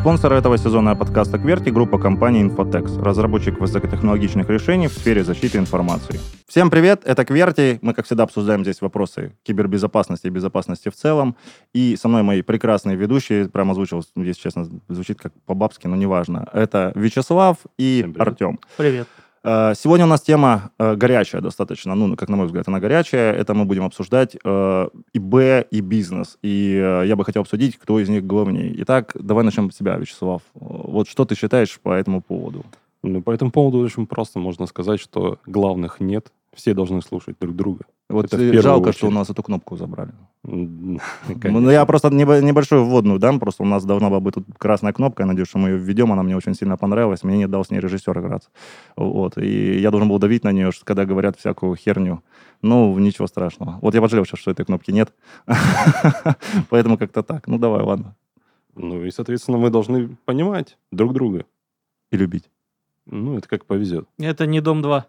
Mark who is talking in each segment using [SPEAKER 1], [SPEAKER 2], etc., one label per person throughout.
[SPEAKER 1] Спонсор этого сезона подкаста QWERTY — группа компании Infotex, разработчик высокотехнологичных решений в сфере защиты информации. Всем привет, это QWERTY. Мы, как всегда, обсуждаем здесь вопросы кибербезопасности и безопасности в целом. И со мной мои прекрасные ведущие, прямо озвучил, если честно, звучит как по-бабски, но неважно. Это Вячеслав и Артем.
[SPEAKER 2] Привет.
[SPEAKER 1] Сегодня у нас тема горячая достаточно, как на мой взгляд, она горячая. Это мы будем обсуждать ИБ и бизнес. И я бы хотел обсудить, кто из них главнее. Итак, давай начнем с тебя, Вячеслав. Вот что ты считаешь по этому поводу?
[SPEAKER 3] По этому поводу очень просто можно сказать, что главных нет. Все должны слушать друг друга.
[SPEAKER 1] Вот жалко, что у нас эту кнопку забрали. Я просто небольшую вводную дам. Просто у нас должна была быть тут красная кнопка. Я надеюсь, что мы ее введем. Она мне очень сильно понравилась. Мне не дал с ней режиссер играться. Вот. И я должен был давить на нее, когда говорят всякую херню. Ничего страшного. Вот я пожалел сейчас, что этой кнопки нет. Поэтому как-то так. Давай, ладно.
[SPEAKER 3] И, соответственно, мы должны понимать друг друга.
[SPEAKER 1] И любить.
[SPEAKER 3] Это как повезет.
[SPEAKER 2] Это не Дом 2.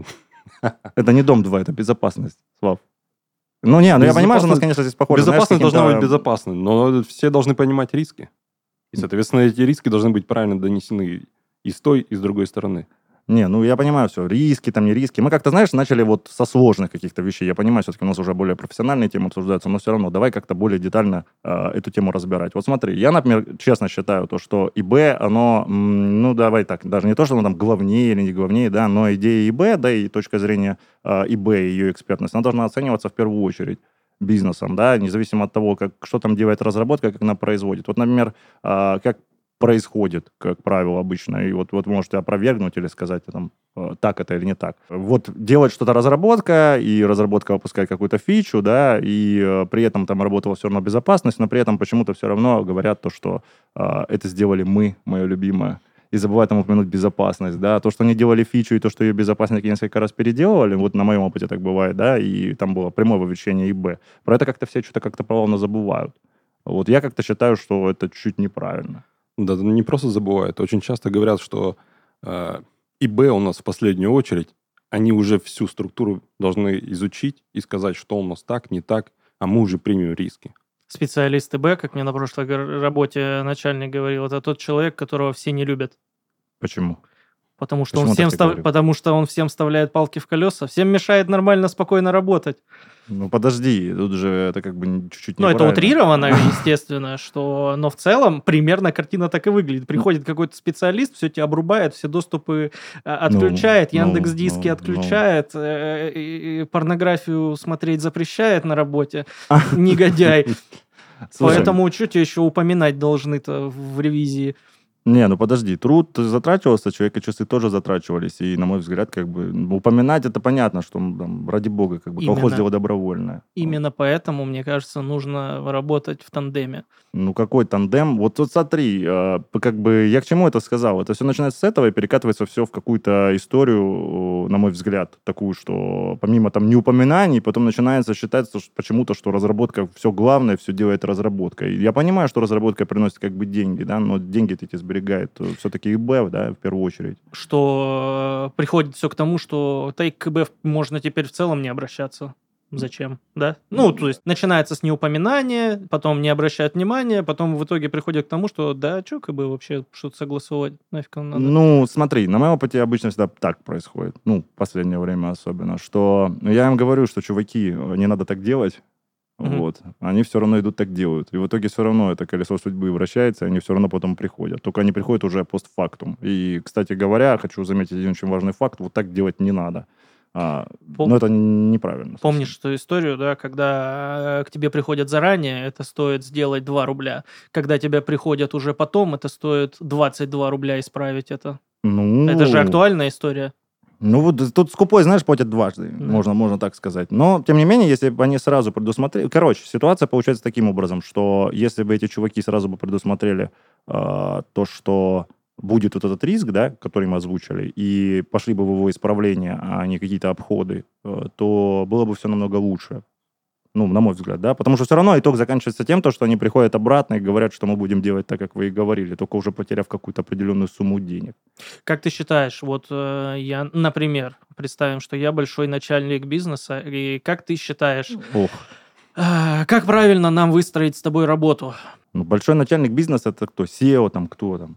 [SPEAKER 1] Это не Дом 2, это безопасность, Слав. Я понимаю, что у нас, конечно, здесь похоже.
[SPEAKER 3] Безопасность должна быть безопасной, но все должны понимать риски. И, соответственно, эти риски должны быть правильно донесены и с той, и с другой стороны.
[SPEAKER 1] Я понимаю все. Риски, не риски. Мы как-то, начали вот со сложных каких-то вещей. Я понимаю, все-таки у нас уже более профессиональные темы обсуждаются, но все равно давай как-то более детально эту тему разбирать. Вот смотри, я, например, честно считаю то, что ИБ, оно, давай так, даже не то, что оно там главнее или не главнее, да, но идея ИБ, да, и точка зрения ИБ, ее экспертность, она должна оцениваться в первую очередь бизнесом, да, независимо от того, что там делает разработка, как она производит. Вот, например, как происходит, как правило, обычно. И вот можете опровергнуть или сказать, так это или не так. Вот делать что-то разработка, и разработка выпускает какую-то фичу, да, и при этом там работала все равно безопасность, но при этом почему-то все равно говорят то, что это сделали мы, мое любимое, и забывают там упомянуть безопасность, да. То, что они делали фичу, и то, что ее безопасники несколько раз переделывали, вот на моем опыте так бывает, да, и там было прямое вовлечение ИБ. Про это как-то все что-то как-то плавно забывают. Вот я как-то считаю, что это чуть неправильно.
[SPEAKER 3] Да, не просто забывают. Очень часто говорят, что ИБ у нас в последнюю очередь, они уже всю структуру должны изучить и сказать, что у нас так, не так, а мы уже примем риски.
[SPEAKER 2] Специалист ИБ, как мне на прошлой работе начальник говорил, это тот человек, которого все не любят.
[SPEAKER 1] Почему?
[SPEAKER 2] Потому что он всем вставляет палки в колеса, всем мешает нормально, спокойно работать.
[SPEAKER 1] Подожди, тут же это как бы чуть-чуть неправильно.
[SPEAKER 2] Это утрировано, естественно, но в целом примерно картина так и выглядит. Приходит какой-то специалист, все тебя обрубает, все доступы отключает, Яндекс.Диски отключает, порнографию смотреть запрещает на работе, негодяй. Поэтому что тебе еще упоминать должны-то в ревизии?
[SPEAKER 1] Подожди, труд затрачивался, человека часы тоже затрачивались, и, на мой взгляд, упоминать это понятно, что, ради бога, колхоз дело добровольное.
[SPEAKER 2] Именно поэтому, мне кажется, нужно работать в тандеме.
[SPEAKER 1] Какой тандем? Вот тут смотри, я к чему это сказал? Это все начинается с этого и перекатывается все в какую-то историю, на мой взгляд, такую, что помимо неупоминаний, потом начинается считаться почему-то, что разработка все главное, все делает разработка. И я понимаю, что разработка приносит деньги, да, но деньги эти сберегает все-таки ИБ, да, в первую очередь.
[SPEAKER 2] Что приходит все к тому, что к ИБ можно теперь в целом не обращаться. Зачем, да? То есть начинается с неупоминания, потом не обращают внимания, потом в итоге приходят к тому, что что КБ вообще что-то согласовывать, нафиг он надо?
[SPEAKER 1] Смотри, на моем опыте обычно всегда так происходит, в последнее время особенно, что я им говорю, что, чуваки, не надо так делать, они все равно идут так делают. И в итоге все равно это колесо судьбы вращается, и они все равно потом приходят. Только они приходят уже постфактум. И, кстати говоря, хочу заметить один очень важный факт, вот так делать не надо. Но это неправильно.
[SPEAKER 2] Помнишь ту историю, да, когда к тебе приходят заранее, это стоит сделать 2 рубля. Когда тебя приходят уже потом, это стоит 22 рубля исправить это. Это же актуальная история.
[SPEAKER 1] Тут скупой, платят дважды, можно так сказать. Но, тем не менее, если бы они сразу предусмотрели... ситуация получается таким образом, что если бы эти чуваки сразу бы предусмотрели то, что будет вот этот риск, да, который мы озвучили, и пошли бы в его исправление, а не какие-то обходы, то было бы все намного лучше. На мой взгляд, да, потому что все равно итог заканчивается тем, что они приходят обратно и говорят, что мы будем делать так, как вы и говорили, только уже потеряв какую-то определенную сумму денег.
[SPEAKER 2] Как ты считаешь, я, например, представим, что я большой начальник бизнеса, и как ты считаешь, Как правильно нам выстроить с тобой работу?
[SPEAKER 1] Ну, большой начальник бизнеса это кто? SEO там, кто там?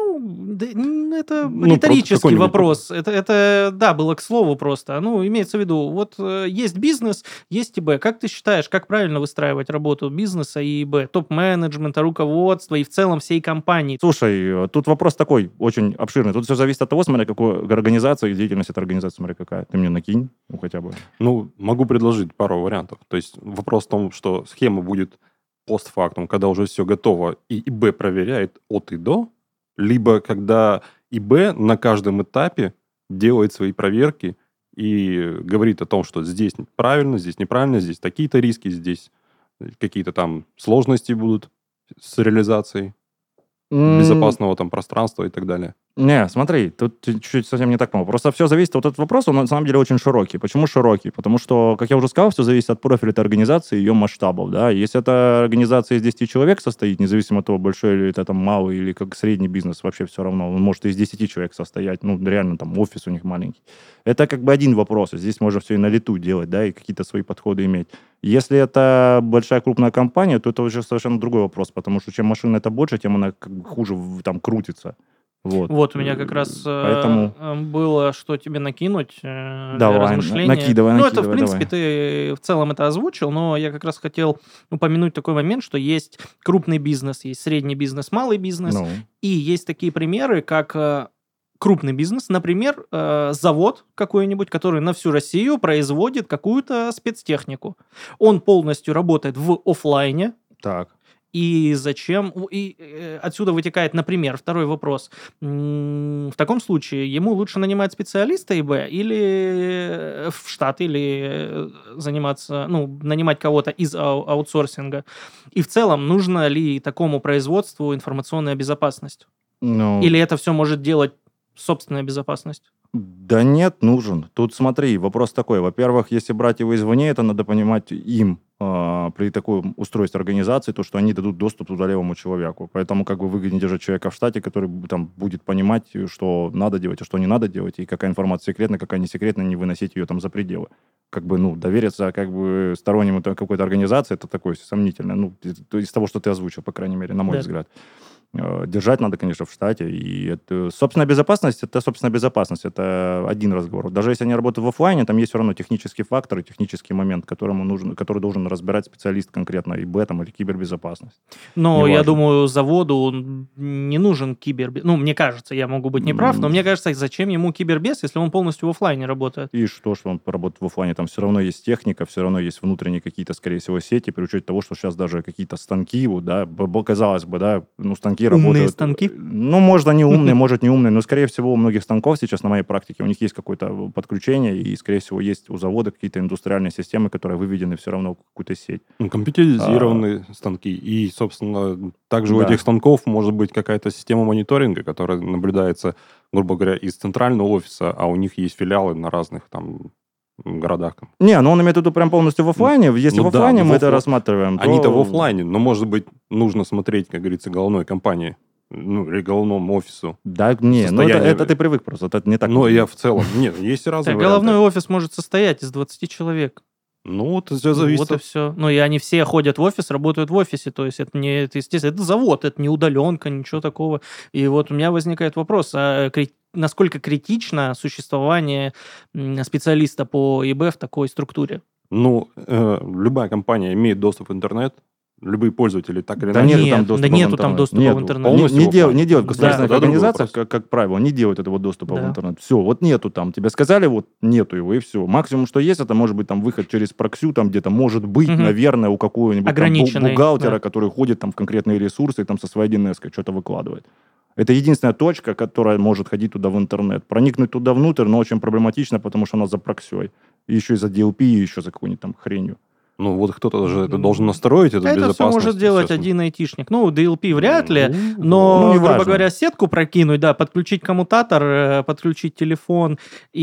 [SPEAKER 2] Это
[SPEAKER 3] Ну,
[SPEAKER 2] риторический
[SPEAKER 3] какой-нибудь
[SPEAKER 2] вопрос. Это, да, было к слову просто. Ну, имеется в виду, вот есть бизнес, есть ИБ. Как ты считаешь, как правильно выстраивать работу бизнеса и ИБ? Топ-менеджмента, руководства и в целом всей компании?
[SPEAKER 1] Слушай, тут вопрос такой, очень обширный. Тут все зависит от того, смотря какой организации, деятельность этой организации, смотри, какая. Ты мне накинь, ну, хотя бы.
[SPEAKER 3] Ну, могу предложить пару вариантов. То есть вопрос в том, что схема будет постфактум, когда уже все готово, и ИБ проверяет от и до, либо когда ИБ на каждом этапе делает свои проверки и говорит о том, что здесь правильно, здесь неправильно, здесь такие-то риски, здесь какие-то там сложности будут с реализацией безопасного там пространства и так далее.
[SPEAKER 1] Не, смотри, тут чуть-чуть совсем не так понял. Просто все зависит, вот этот вопрос, он на самом деле очень широкий. Почему широкий? Потому что, как я уже сказал, все зависит от профиля этой организации и ее масштабов, да. Если эта организация из 10 человек состоит, независимо от того, большой или это там малый, или как средний бизнес, вообще все равно, он может из 10 человек состоять, ну, реально там офис у них маленький. Это как бы один вопрос, и здесь можно все и на лету делать, да, и какие-то свои подходы иметь. Если это большая крупная компания, то это уже совершенно другой вопрос, потому что чем машина это больше, тем она как бы хуже там крутится.
[SPEAKER 2] Вот у меня как раз
[SPEAKER 1] Поэтому...
[SPEAKER 2] было, что тебе накинуть для
[SPEAKER 1] Давай,
[SPEAKER 2] размышления.
[SPEAKER 1] накидывай,
[SPEAKER 2] Ну, это, в
[SPEAKER 1] давай.
[SPEAKER 2] принципе, ты в целом это озвучил, но я как раз хотел упомянуть такой момент, что есть крупный бизнес, есть средний бизнес, малый бизнес,
[SPEAKER 1] Ну,
[SPEAKER 2] и есть такие примеры, как крупный бизнес, например, завод какой-нибудь, который на всю Россию производит какую-то спецтехнику. Он полностью работает в офлайне.
[SPEAKER 1] так.
[SPEAKER 2] И зачем? И отсюда вытекает, например, второй вопрос. В таком случае ему лучше нанимать специалиста ИБ или в штат, или заниматься, ну, нанимать кого-то из аутсорсинга. И в целом, нужна ли такому производству информационная безопасность?
[SPEAKER 1] Ну,
[SPEAKER 2] Или это все может делать собственная безопасность?
[SPEAKER 1] да нет, нужен. Тут смотри, вопрос такой. Во-первых, если брать его извне, это надо понимать им при таком устройстве организации, то, что они дадут доступ туда левому человеку. Поэтому как бы выгоднее держать человека в штате, который там будет понимать, что надо делать, а что не надо делать, и какая информация секретна, какая не секретна, не выносить ее там за пределы. Как бы, ну, довериться как бы стороннему какой-то организации, это такое сомнительное. Ну, из того, что ты озвучил, по крайней мере, на мой взгляд. Держать надо, конечно, в штате. И это, собственная безопасность, это один разговор. Даже если они работают в офлайне, там есть все равно технический фактор и технический момент, который должен разбирать специалист конкретно ИБ там, или кибербезопасность.
[SPEAKER 2] Но
[SPEAKER 1] Неважно.
[SPEAKER 2] я думаю, заводу не нужен кибербез. Ну, мне кажется, я могу быть неправ, но мне кажется, зачем ему кибербез, если он полностью в офлайне работает?
[SPEAKER 1] И что он работает в офлайне? Там все равно есть техника, все равно есть внутренние какие-то, скорее всего, сети, при учете того, что сейчас даже какие-то станки, вот, да, казалось бы, да, ну, станки
[SPEAKER 2] Умные
[SPEAKER 1] работают.
[SPEAKER 2] станки?
[SPEAKER 1] Ну, может, они умные, может, не умные, но, скорее всего, у многих станков сейчас, на моей практике, у них есть какое-то подключение, и, скорее всего, есть у завода какие-то индустриальные системы, которые выведены все равно в какую-то сеть.
[SPEAKER 3] Ну, компьютеризированные станки. И, собственно, также у этих станков может быть какая-то система мониторинга, которая наблюдается, грубо говоря, из центрального офиса, а у них есть филиалы на разных там городах.
[SPEAKER 1] Не, ну он имеет в виду прям полностью в офлайне. Если в офлайне мы это рассматриваем, то...
[SPEAKER 3] Они-то в офлайне, но, может быть, нужно смотреть, как говорится, головной компании, ну, или головному офису.
[SPEAKER 1] Да, не, ну это ты привык просто, это не так.
[SPEAKER 3] Но я в целом... Нет, есть разные варианты.
[SPEAKER 2] Головной офис может состоять из 20 человек.
[SPEAKER 3] Ну, вот все зависит.
[SPEAKER 2] Вот и все. Ну, и они все ходят в офис, работают в офисе. То есть это не, это, естественно, это завод, это не удаленка, ничего такого. И вот у меня возникает вопрос, насколько критично существование специалиста по ИБ в такой структуре?
[SPEAKER 3] Ну, любая компания имеет доступ в интернет, любые пользователи так или
[SPEAKER 1] Да
[SPEAKER 3] иначе.
[SPEAKER 1] нету там доступа в интернет. Не делают государственных организациях, как правило, не делают этого доступа в интернет. Все, вот нету там. Тебе сказали, вот нету его, и все. Максимум, что есть, это может быть там выход через проксю, там где-то может быть, наверное, у какого-нибудь там бухгалтера, который ходит там в конкретные ресурсы и там со своей 1С что-то выкладывает. Это единственная точка, которая может ходить туда в интернет. Проникнуть туда внутрь, но очень проблематично, потому что она за проксей. И еще и за DLP, и еще за какой-нибудь там хренью.
[SPEAKER 3] Ну, вот кто-то же это должен настроить, эту безопасность.
[SPEAKER 2] Это все может делать один айтишник. Ну, DLP вряд ли, но, грубо говоря, сетку прокинуть, да, подключить коммутатор, подключить телефон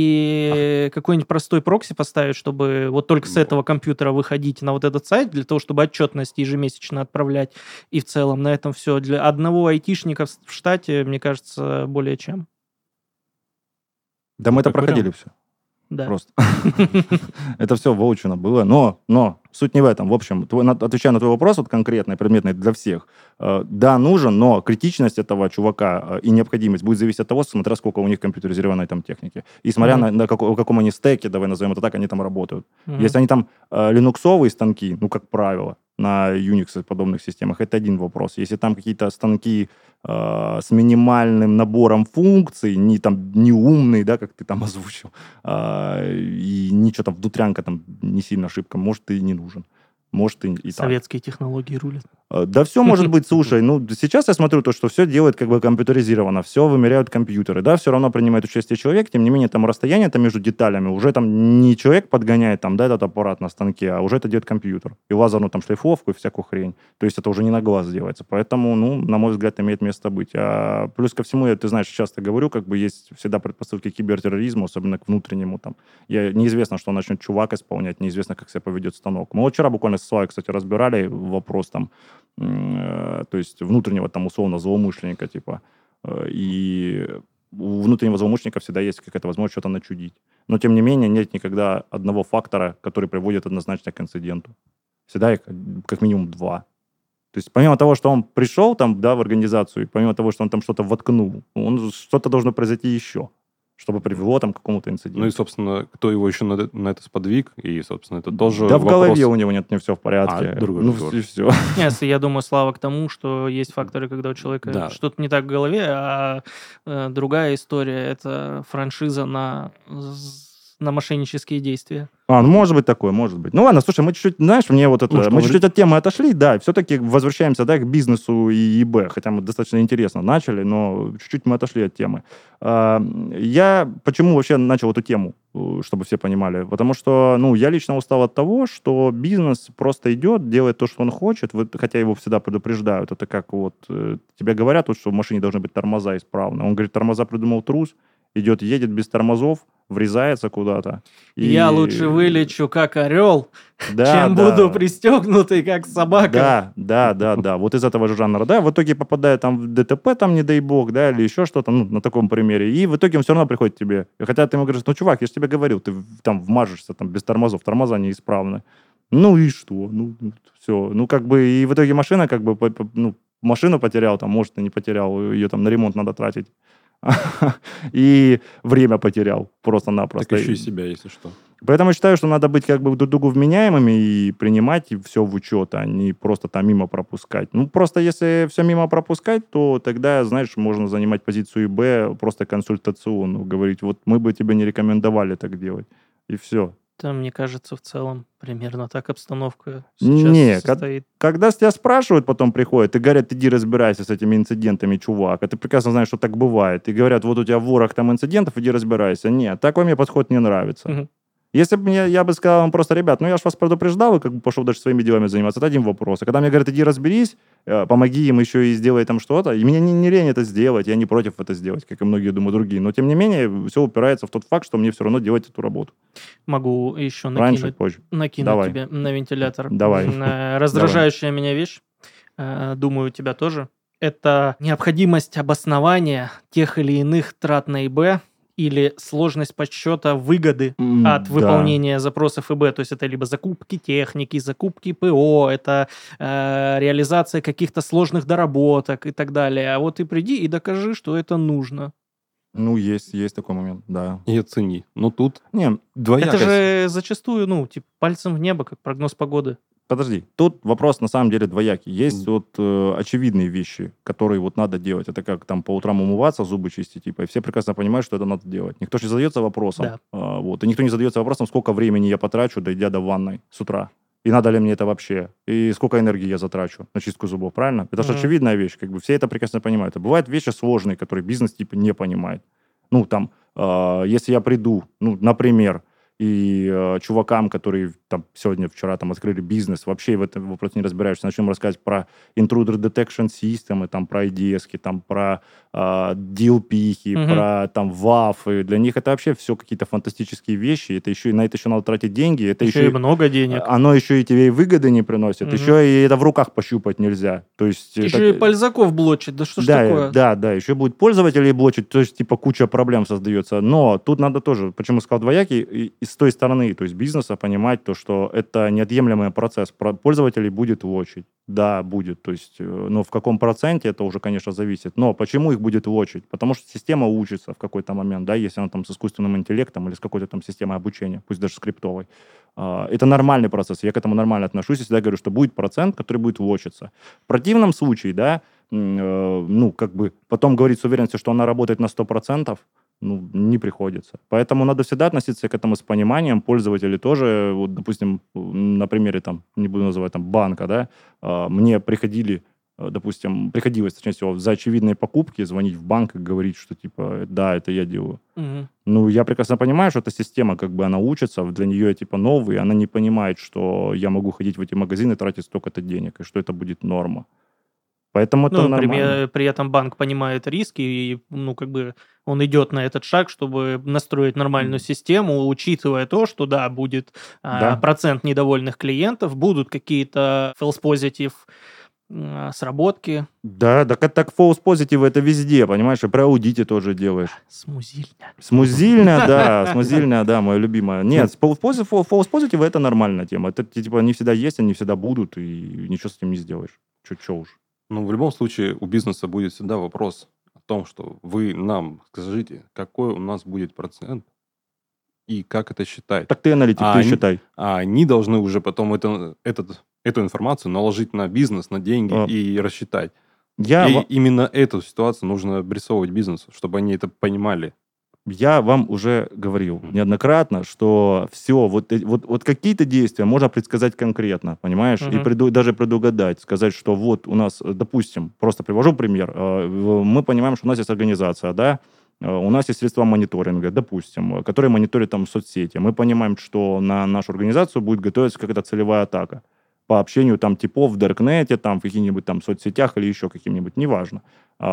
[SPEAKER 2] и какой-нибудь простой прокси поставить, чтобы вот только с этого компьютера выходить на вот этот сайт, для того, чтобы отчетность ежемесячно отправлять. И в целом на этом все. Для одного айтишника в штате, мне кажется, более чем.
[SPEAKER 1] Да мы это проходили все.
[SPEAKER 2] Да.
[SPEAKER 1] Просто. Это все выучено было. Но Суть не в этом. В общем, отвечая на твой вопрос, вот конкретный, предметный для всех, да, нужен, но критичность этого чувака и необходимость будет зависеть от того, смотря сколько у них компьютеризированной там техники. И смотря на каком они стеке, давай назовем это так, они там работают. Если они там линуксовые станки, ну, как правило, на Unix и подобных системах, это один вопрос. Если там какие-то станки с минимальным набором функций, не умный, да, как ты там озвучил, и ничего там, внутрянка там не сильно ошибка, может, и не нужен. Может, и так.
[SPEAKER 2] Советские технологии рулят.
[SPEAKER 1] Да все может быть, слушай, ну, сейчас я смотрю то, что все делает как бы компьютеризировано, все вымеряют компьютеры, да, все равно принимает участие человек, тем не менее, там расстояние там между деталями, уже там не человек подгоняет там, да, этот аппарат на станке, а уже это делает компьютер. И лазерную там шлифовку и всякую хрень. То есть это уже не на глаз делается. Поэтому, ну, на мой взгляд, имеет место быть. А плюс ко всему, я, ты знаешь, часто говорю, как бы есть всегда предпосылки к кибертерроризму, особенно к внутреннему там. Неизвестно, что начнет чувак исполнять, неизвестно, как себя поведет станок. Мы вот вчера буквально с Славой, кстати, разбирали вопрос там, то есть внутреннего там условно злоумышленника, типа, и у внутреннего злоумышленника всегда есть какая-то возможность что-то начудить. Но, тем не менее, нет никогда одного фактора, который приводит однозначно к инциденту. Всегда их как минимум два. То есть помимо того, что он пришел там, да, в организацию, и помимо того, что он там что-то воткнул, что-то должно произойти еще, чтобы привело там к какому-то инциденту.
[SPEAKER 3] Ну и, собственно, кто его еще на это сподвиг, и, собственно, это тоже
[SPEAKER 1] да
[SPEAKER 3] вопрос...
[SPEAKER 1] в голове у него не все в порядке.
[SPEAKER 3] Другой
[SPEAKER 1] ну
[SPEAKER 3] разговор.
[SPEAKER 1] и все.
[SPEAKER 2] Нет, я думаю, Слава, к тому, что есть факторы, когда у человека что-то не так в голове, а другая история – это франшиза на мошеннические действия.
[SPEAKER 1] Ну, может быть такое, может быть. Ну, ладно, слушай, мы чуть-чуть, знаешь, мне вот это... мы чуть-чуть от темы отошли, да, и все-таки возвращаемся, да, к бизнесу и ИБ, хотя мы достаточно интересно начали, но чуть-чуть мы отошли от темы. Я почему вообще начал эту тему, чтобы все понимали? Потому что, ну, я лично устал от того, что бизнес просто идет, делает то, что он хочет, хотя его всегда предупреждают. Это как вот тебе говорят, вот, что в машине должны быть тормоза исправны. Он говорит, тормоза придумал трус, идет, едет без тормозов, врезается куда-то.
[SPEAKER 2] Я лучше вылечу как орел, чем буду пристегнутый как собака.
[SPEAKER 1] Да. Вот из этого же жанра, да. В итоге попадает там в ДТП, там, не дай бог, да, или еще что-то, ну, на таком примере. И в итоге он все равно приходит к тебе. Хотя ты ему говоришь, ну, чувак, я же тебе говорил, ты там вмажешься там без тормозов, тормоза неисправны. Ну и что? Ну, все. Ну, как бы, и в итоге машина, как бы, ну, машину потерял, там, может, и не потерял, ее там на ремонт надо тратить. И время потерял просто-напросто.
[SPEAKER 3] Так еще и себя, если что.
[SPEAKER 1] Поэтому я считаю, что надо быть как бы друг другу вменяемыми и принимать все в учет, а не просто там мимо пропускать. Ну, просто если все мимо пропускать, то тогда, знаешь, можно занимать позицию ИБ просто консультационную, говорить, вот мы бы тебе не рекомендовали так делать. И все.
[SPEAKER 2] Там, мне кажется, в целом примерно так обстановка сейчас состоит.
[SPEAKER 1] Когда с тебя спрашивают, потом приходят и говорят, иди разбирайся с этими инцидентами, чувак, а ты прекрасно знаешь, что так бывает. И говорят, вот у тебя ворох там инцидентов, иди разбирайся. Нет, такой мне подход не нравится. Угу. Если бы я бы сказал вам просто, ребят, ну я же вас предупреждал, и как бы пошел дальше своими делами заниматься, это один вопрос. А когда мне говорят, иди разберись, помоги им еще и сделай там что-то, и мне не лень это сделать, я не против это сделать, как и многие, думаю, другие. Но тем не менее, все упирается в тот факт, что мне все равно делать эту работу.
[SPEAKER 2] Могу еще
[SPEAKER 1] накинуть
[SPEAKER 2] тебе на вентилятор.
[SPEAKER 1] Давай.
[SPEAKER 2] Раздражающая меня вещь, думаю, у тебя тоже, это необходимость обоснования тех или иных трат на ИБ, или сложность подсчета выгоды от выполнения запросов ИБ. То есть это либо закупки техники, закупки ПО, это реализация каких-то сложных доработок и так далее. А вот ты приди и докажи, что это нужно.
[SPEAKER 1] Ну, есть такой момент, да.
[SPEAKER 3] И оцени. Но тут
[SPEAKER 1] двоякость.
[SPEAKER 2] Это же зачастую, ну, типа пальцем в небо, как прогноз погоды.
[SPEAKER 1] Подожди, тут вопрос на самом деле двоякий. Есть вот очевидные вещи, которые вот надо делать. Это как там по утрам умываться, зубы чистить, типа, и все прекрасно понимают, что это надо делать. Никто же не задается вопросом, и никто не задается вопросом, сколько времени я потрачу, дойдя до ванной с утра. И надо ли мне это вообще? И сколько энергии я затрачу на чистку зубов, правильно? Это же очевидная вещь, как бы все это прекрасно понимают. А бывают вещи сложные, которые бизнес типа не понимает. Ну, там, если я приду, ну, например, и чувакам, которые там сегодня, вчера там открыли бизнес, вообще в этом вопросе не разбираешься, начнем рассказывать про intruder detection system, там про IDS, там про DLP, про там WAF, для них это вообще все какие-то фантастические вещи, это еще, на это еще надо тратить деньги. Это
[SPEAKER 2] еще и много денег.
[SPEAKER 1] Оно еще и тебе и выгоды не приносит, еще и это в руках пощупать нельзя. То есть,
[SPEAKER 2] еще и пользаков блочит, да что ж такое?
[SPEAKER 1] Да, еще будет пользователей блочить, то есть типа куча проблем создается. Но тут надо тоже, почему сказал двоякий, с той стороны, то есть бизнеса понимать то, что это неотъемлемый процесс. Пользователей будет в очередь. Да, будет. То есть, но в каком проценте это уже, конечно, зависит. Но почему их будет в очередь? Потому что система учится в какой-то момент, да, если она там с искусственным интеллектом или с какой-то там системой обучения, пусть даже скриптовой. Это нормальный процесс, я к этому нормально отношусь, и всегда говорю, что будет процент, который будет вотчиться. В противном случае, да, потом говорить с уверенностью, что она работает на 100%, не приходится. Поэтому надо всегда относиться к этому с пониманием. Пользователи тоже, вот, допустим, на примере, там, не буду называть, там, банка, да, мне приходилось, точнее всего, за очевидные покупки звонить в банк и говорить, что, типа, да, это я делаю.
[SPEAKER 2] Угу.
[SPEAKER 1] Я прекрасно понимаю, что эта система, она учится, для нее я, новый, она не понимает, что я могу ходить в эти магазины, тратить столько-то денег, и что это будет норма. Поэтому это нормально.
[SPEAKER 2] При этом банк понимает риски, и, он идет на этот шаг, чтобы настроить нормальную систему, учитывая то, что, да, будет процент недовольных клиентов, будут какие-то false positive сработки.
[SPEAKER 1] Да, так false positive это везде, понимаешь, и при аудите тоже делаешь. Смузильня, да, моя любимая. Нет, false positive это нормальная тема. Это, они всегда есть, они всегда будут, и ничего с этим не сделаешь. Чё уж.
[SPEAKER 3] В любом случае у бизнеса будет всегда вопрос о том, что вы нам скажите, какой у нас будет процент и как это считать.
[SPEAKER 1] Так ты аналитик, считай.
[SPEAKER 3] А они должны уже потом эту информацию наложить на бизнес, на деньги и рассчитать. Именно эту ситуацию нужно обрисовывать бизнесу, чтобы они это понимали.
[SPEAKER 1] Я вам уже говорил неоднократно, что все, вот какие-то действия можно предсказать конкретно, понимаешь? И даже предугадать, сказать, что вот у нас, допустим, просто привожу пример, мы понимаем, что у нас есть организация, да, у нас есть средства мониторинга, допустим, которые мониторят там соцсети. Мы понимаем, что на нашу организацию будет готовиться какая-то целевая атака по общению там типов в Даркнете, там в каких-нибудь там соцсетях или еще каким-нибудь, неважно.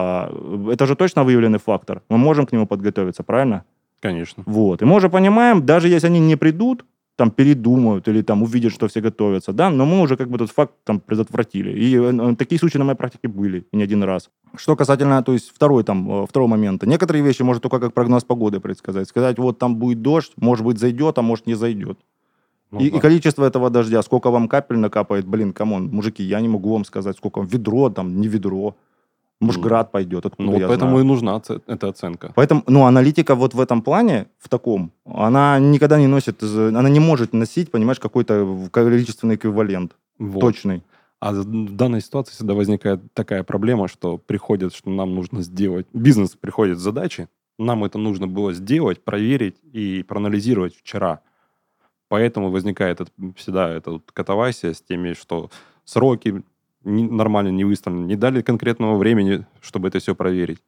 [SPEAKER 1] Это же точно выявленный фактор. Мы можем к нему подготовиться, правильно?
[SPEAKER 3] Конечно.
[SPEAKER 1] Вот. И мы уже понимаем, даже если они не придут, там передумают или там увидят, что все готовятся, да, но мы уже этот факт там предотвратили. И такие случаи на моей практике были, и не один раз. Что касательно, то есть второго момента. Некоторые вещи можно только как прогноз погоды предсказать. Сказать, вот там будет дождь, может быть зайдет, а может не зайдет. И количество этого дождя, сколько вам капель накапает, камон, мужики, я не могу вам сказать, сколько вам ведро, там, не ведро. Может, град пойдет, откуда я
[SPEAKER 3] поэтому
[SPEAKER 1] знаю.
[SPEAKER 3] и нужна эта оценка.
[SPEAKER 1] Поэтому, аналитика вот в этом плане, в таком, она никогда не носит, она не может носить, понимаешь, какой-то количественный эквивалент точный.
[SPEAKER 3] А в данной ситуации всегда возникает такая проблема, что нам нужно сделать, бизнес приходит с задачей, нам это нужно было сделать, проверить и проанализировать вчера. Поэтому возникает всегда эта катавасия с теми, что сроки нормально не выставлены, не дали конкретного времени, чтобы это все проверить.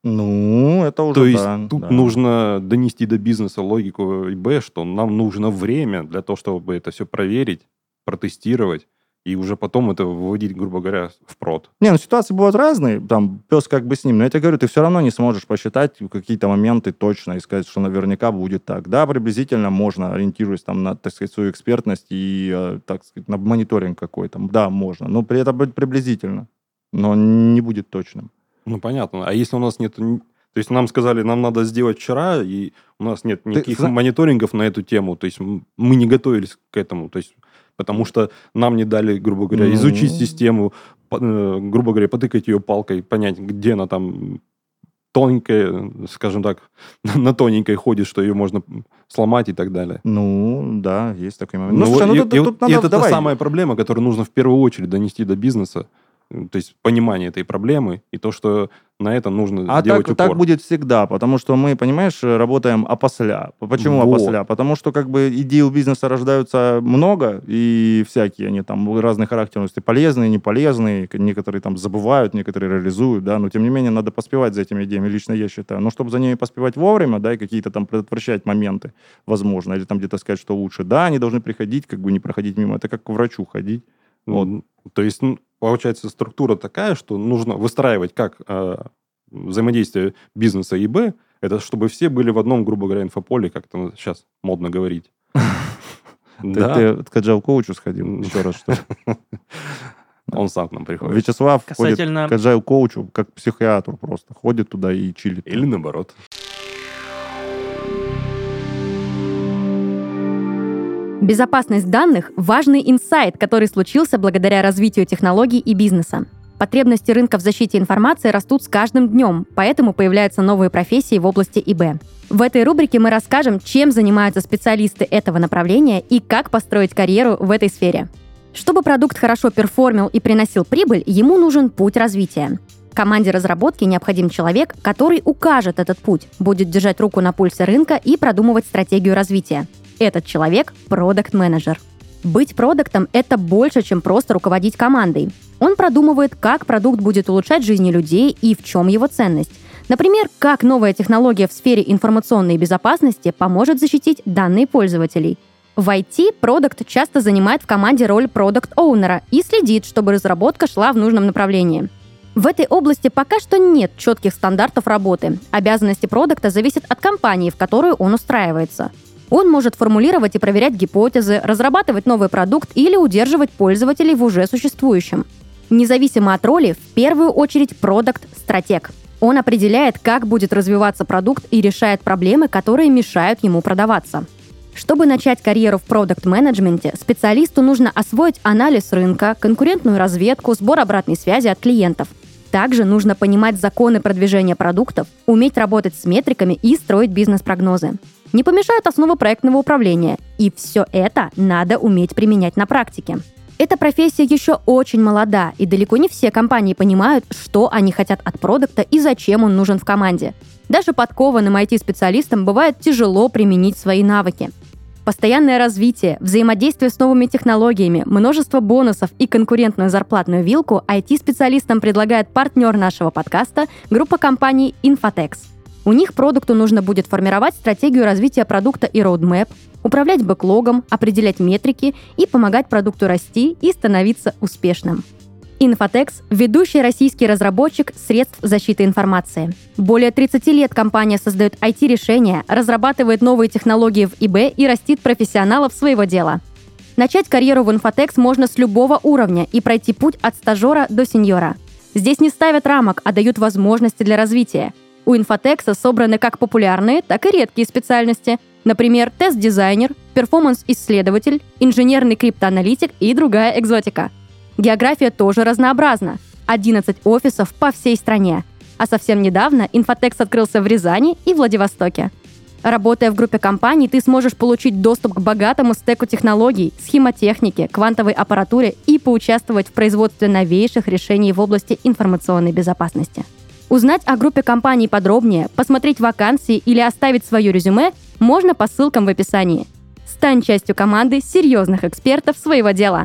[SPEAKER 1] Это уже
[SPEAKER 3] То есть тут нужно донести до бизнеса логику ИБ, что нам нужно время для того, чтобы это все проверить, протестировать, и уже потом это выводить, грубо говоря, в прод.
[SPEAKER 1] Ситуации бывают разные, там, пес как бы с ним, но я тебе говорю, ты все равно не сможешь посчитать какие-то моменты точно и сказать, что наверняка будет так. Да, приблизительно можно, ориентируясь там на, так сказать, свою экспертность и, так сказать, на мониторинг какой-то. Да, можно, но при этом будет приблизительно, но не будет точным.
[SPEAKER 3] Понятно. А если у нас нет... То есть нам сказали, нам надо сделать вчера, и у нас нет никаких мониторингов на эту тему, то есть мы не готовились к этому, то есть потому что нам не дали, грубо говоря, изучить систему, грубо говоря, потыкать ее палкой, понять, где она там тоненькая, скажем так, на тоненькой ходит, что ее можно сломать и так далее.
[SPEAKER 1] Да, есть такой момент.
[SPEAKER 3] Это та самая проблема, которую нужно в первую очередь донести до бизнеса. То есть понимание этой проблемы и то, что на это нужно делать упор.
[SPEAKER 1] Так будет всегда, потому что мы, понимаешь, работаем опосля. Почему опосля? Потому что идей у бизнеса рождаются много, и всякие они там разной характерности, полезные, неполезные, некоторые там забывают, некоторые реализуют, да, но тем не менее надо поспевать за этими идеями, лично я считаю. Но чтобы за ними поспевать вовремя, да, и какие-то там предотвращать моменты, возможно, или там где-то сказать, что лучше, да, они должны приходить, не проходить мимо. Это как к врачу ходить.
[SPEAKER 3] То есть, получается, структура такая, что нужно выстраивать как взаимодействие бизнеса и ИБ, это чтобы все были в одном, грубо говоря, инфополе, как это сейчас модно говорить.
[SPEAKER 1] Ты к agile-коучу сходил еще раз, что ли?
[SPEAKER 3] Он сам к нам приходит.
[SPEAKER 1] Вячеслав ходит к agile-коучу, как к психиатру просто. Ходит туда и чилит.
[SPEAKER 3] Или наоборот.
[SPEAKER 4] Безопасность данных – важный инсайт, который случился благодаря развитию технологий и бизнеса. Потребности рынка в защите информации растут с каждым днем, поэтому появляются новые профессии в области ИБ. В этой рубрике мы расскажем, чем занимаются специалисты этого направления и как построить карьеру в этой сфере. Чтобы продукт хорошо перформил и приносил прибыль, ему нужен путь развития. Команде разработки необходим человек, который укажет этот путь, будет держать руку на пульсе рынка и продумывать стратегию развития. Этот человек – продакт-менеджер. Быть продактом – это больше, чем просто руководить командой. Он продумывает, как продукт будет улучшать жизни людей и в чем его ценность. Например, как новая технология в сфере информационной безопасности поможет защитить данные пользователей. В IT продакт часто занимает в команде роль продакт-оунера и следит, чтобы разработка шла в нужном направлении. В этой области пока что нет четких стандартов работы. Обязанности продакта зависят от компании, в которую он устраивается. Он может формулировать и проверять гипотезы, разрабатывать новый продукт или удерживать пользователей в уже существующем. Независимо от роли, в первую очередь продакт-стратег. Он определяет, как будет развиваться продукт и решает проблемы, которые мешают ему продаваться. Чтобы начать карьеру в продакт-менеджменте, специалисту нужно освоить анализ рынка, конкурентную разведку, сбор обратной связи от клиентов. Также нужно понимать законы продвижения продуктов, уметь работать с метриками и строить бизнес-прогнозы. Не помешают основы проектного управления. И все это надо уметь применять на практике. Эта профессия еще очень молода, и далеко не все компании понимают, что они хотят от продукта и зачем он нужен в команде. Даже подкованным IT-специалистам бывает тяжело применить свои навыки. Постоянное развитие, взаимодействие с новыми технологиями, множество бонусов и конкурентную зарплатную вилку IT-специалистам предлагает партнер нашего подкаста – группа компаний Infotex. У них продукту нужно будет формировать стратегию развития продукта и роудмэп, управлять бэклогом, определять метрики и помогать продукту расти и становиться успешным. Infotex – ведущий российский разработчик средств защиты информации. Более 30 лет компания создает IT-решения, разрабатывает новые технологии в ИБ и растит профессионалов своего дела. Начать карьеру в Infotex можно с любого уровня и пройти путь от стажера до сеньора. Здесь не ставят рамок, а дают возможности для развития. У Infotex собраны как популярные, так и редкие специальности. Например, тест-дизайнер, перформанс-исследователь, инженерный криптоаналитик и другая экзотика. География тоже разнообразна. 11 офисов по всей стране. А совсем недавно Infotex открылся в Рязани и Владивостоке. Работая в группе компаний, ты сможешь получить доступ к богатому стеку технологий, схемотехнике, квантовой аппаратуре и поучаствовать в производстве новейших решений в области информационной безопасности. Узнать о группе компаний подробнее, посмотреть вакансии или оставить свое резюме можно по ссылкам в описании. Стань частью команды серьезных экспертов своего дела.